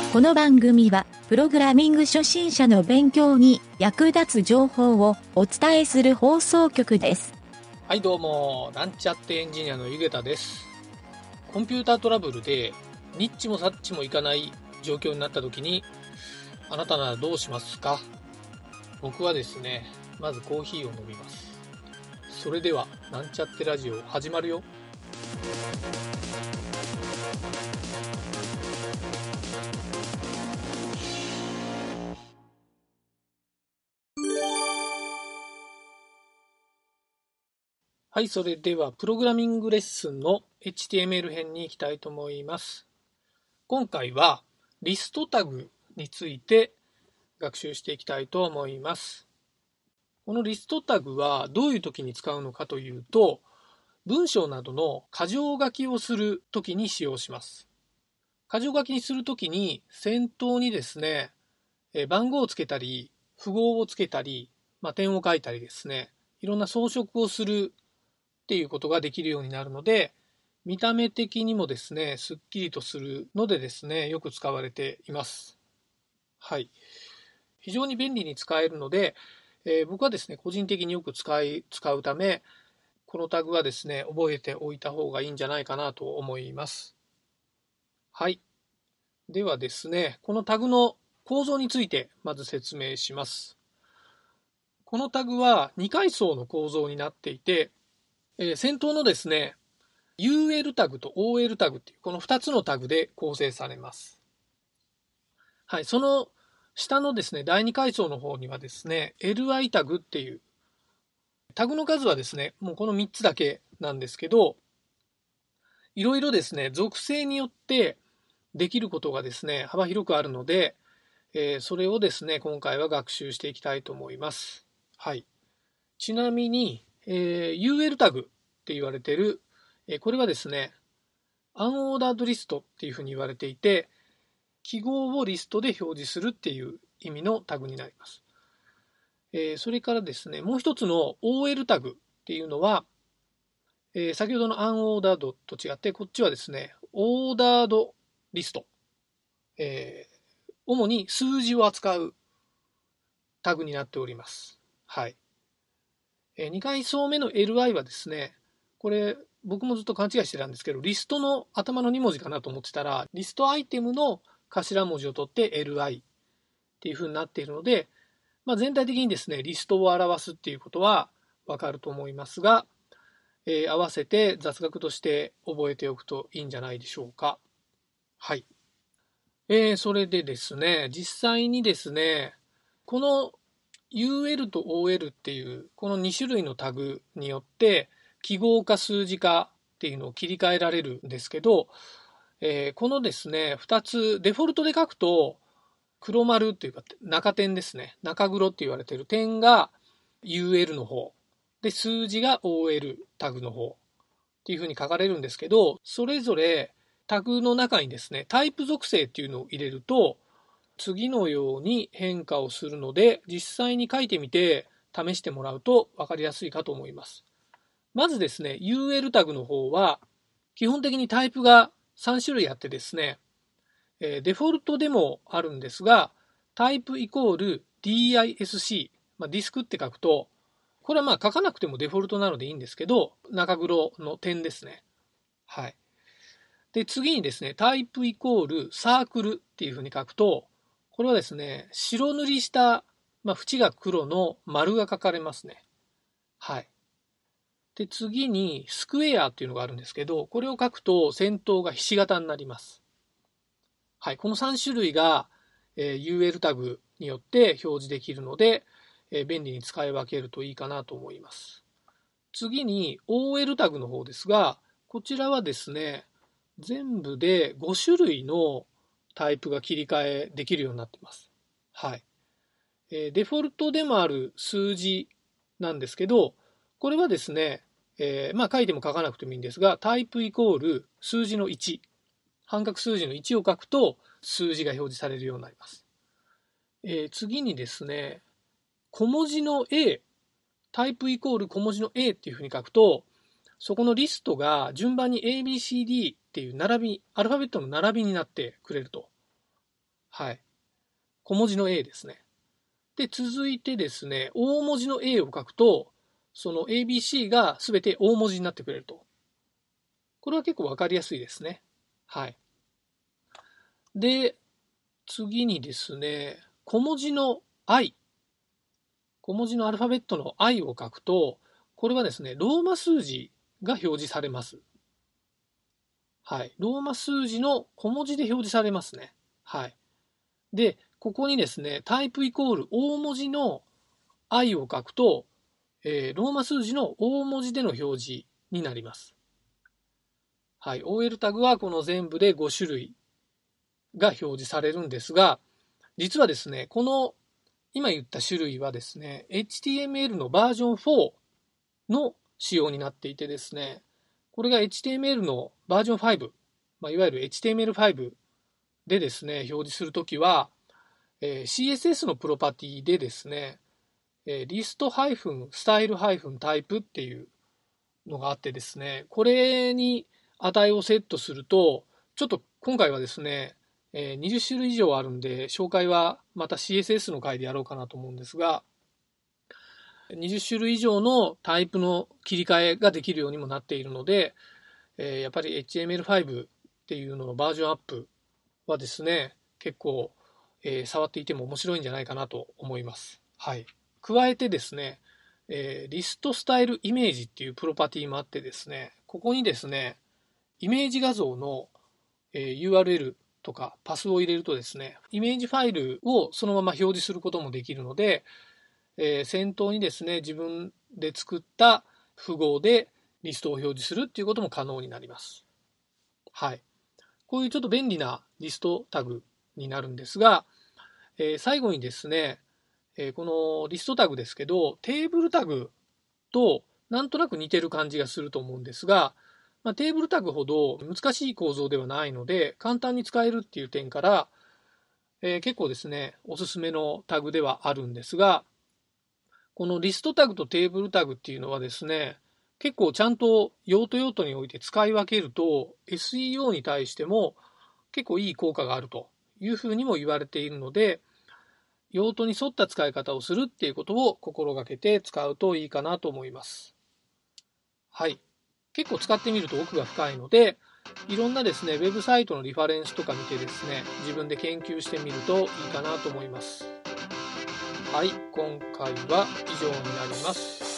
この番組はプログラミング初心者の勉強に役立つ情報をお伝えする放送局です。 はいどうも、なんちゃってエンジニアのゆげたです。コンピュータートラブルでニッチもサッチもいかない状況になった時にあなたならどうしますか？僕はですね、まずコーヒーを飲みます。それではなんちゃってラジオ始まるよ。はい、それではプログラミングレッスンの HTML 編に行きたいと思います。今回はリストタグについて学習していきたいと思います。このリストタグはどういう時に使うのかというと、文章などの箇条書きをする時に使用します。箇条書きにする時に先頭にですね、番号をつけたり、符号をつけたり、点を書いたりですね、いろんな装飾をするっていうことができるようになるので、見た目的にもですね、すっきりとするのでですね、よく使われています。はい。非常に便利に使えるので、僕はですね、個人的によく使うため、このタグはですね、覚えておいた方がいいんじゃないかなと思います。はい。ではですね、このタグの構造についてまず説明します。このタグは2階層の構造になっていて、先頭のですね、UL タグと OL タグっていうこの2つのタグで構成されます。はい、その下のですね、第2階層の方にはですね、LI タグっていうタグの数はですね、もうこの3つだけなんですけど、いろいろですね、属性によってできることがですね、幅広くあるので、それをですね、今回は学習していきたいと思います。はい。ちなみに、UL タグって言われている、これはですね、アンオーダードリストっていうふうに言われていて、記号をリストで表示するっていう意味のタグになります。それからですね、もう一つの OL タグっていうのは、先ほどのアンオーダードと違って、こっちはですね、オーダードリスト、主に数字を扱うタグになっております。はい。2階層目の LI はですね、これ僕もずっと勘違いしてたんですけど、リストの頭の2文字かなと思ってたら、リストアイテムの頭文字を取って LI っていう風になっているので、全体的にですね、リストを表すっていうことはわかると思いますが、合わせて雑学として覚えておくといいんじゃないでしょうか。はい。それでですね、実際にですね、この UL と OL っていうこの2種類のタグによって記号か数字かっていうのを切り替えられるんですけど、このですね、2つデフォルトで書くと黒丸っていうか中点ですね、中黒って言われている点が UL の方で数字が OL タグの方っていうふうに書かれるんですけど、それぞれタグの中にですね、タイプ属性っていうのを入れると次のように変化をするので、実際に書いてみて試してもらうと分かりやすいかと思います。まずですね、UL タグの方は基本的にタイプが3種類あってですね、デフォルトでもあるんですが、タイプイコール DISC、ディスクって書くと、これは書かなくてもデフォルトなのでいいんですけど、中黒の点ですね。はい。で、次にですね、タイプイコールサークルっていうふうに書くと、これはですね、白塗りした、縁が黒の丸が書かれますね。はい。で、次にスクエアっていうのがあるんですけど、これを書くと先頭がひし形になります。はい。この3種類が、UL タグによって表示できるので、便利に使い分けるといいかなと思います。次に OL タグの方ですが、こちらはですね、全部で5種類のタイプが切り替えできるようになっています。はい。デフォルトでもある数字なんですけど、これはですね、書いても書かなくてもいいんですが、タイプイコール数字の1、半角数字の1を書くと数字が表示されるようになります。次にですね、小文字の A、タイプイコール小文字の A っていうふうに書くと、そこのリストが順番に ABCD っていう並び、アルファベットの並びになってくれると。 はい。小文字の A ですね。で、続いてですね、大文字の A を書くと、その ABC が全て大文字になってくれると。これは結構わかりやすいですね。はい。で、次にですね、小文字の I。小文字のアルファベットの I を書くと、これはですね、ローマ数字が表示されます。はい。ローマ数字の小文字で表示されますね。はい。で、ここにですね、タイプイコール大文字の I を書くと、ローマ数字の大文字での表示になります。はい。OL タグはこの全部で5種類が表示されるんですが、実はですね、この今言った種類はですね、HTML のバージョン4の仕様になっていてですね、これが HTML のバージョン5、いわゆる HTML5 でですね、表示するときは、CSS のプロパティでですね、リストスタイルタイプっていうのがあってですね、これに値をセットすると、ちょっと今回はですね、20種類以上あるんで、紹介はまた CSS の回でやろうかなと思うんですが、20種類以上のタイプの切り替えができるようにもなっているので、やっぱり HTML5 っていうののバージョンアップはですね、結構、触っていても面白いんじゃないかなと思います。はい。加えてですね、リストスタイルイメージっていうプロパティもあってですね、ここにですね、イメージ画像の、URL とかパスを入れるとですね、イメージファイルをそのまま表示することもできるので、先頭にですね、自分で作った符号でリストを表示するっていうことも可能になります。はい。こういうちょっと便利なリストタグになるんですが、最後にですね、このリストタグですけど、テーブルタグとなんとなく似てる感じがすると思うんですが、テーブルタグほど難しい構造ではないので、簡単に使えるっていう点から、結構ですね、おすすめのタグではあるんですが、このリストタグとテーブルタグっていうのはですね、結構ちゃんと用途用途において使い分けると SEO に対しても結構いい効果があるというふうにも言われているので、用途に沿った使い方をするっていうことを心がけて使うといいかなと思います。はい。結構使ってみると奥が深いので、いろんなですね、ウェブサイトのリファレンスとか見てですね、自分で研究してみるといいかなと思います。はい、今回は以上になります。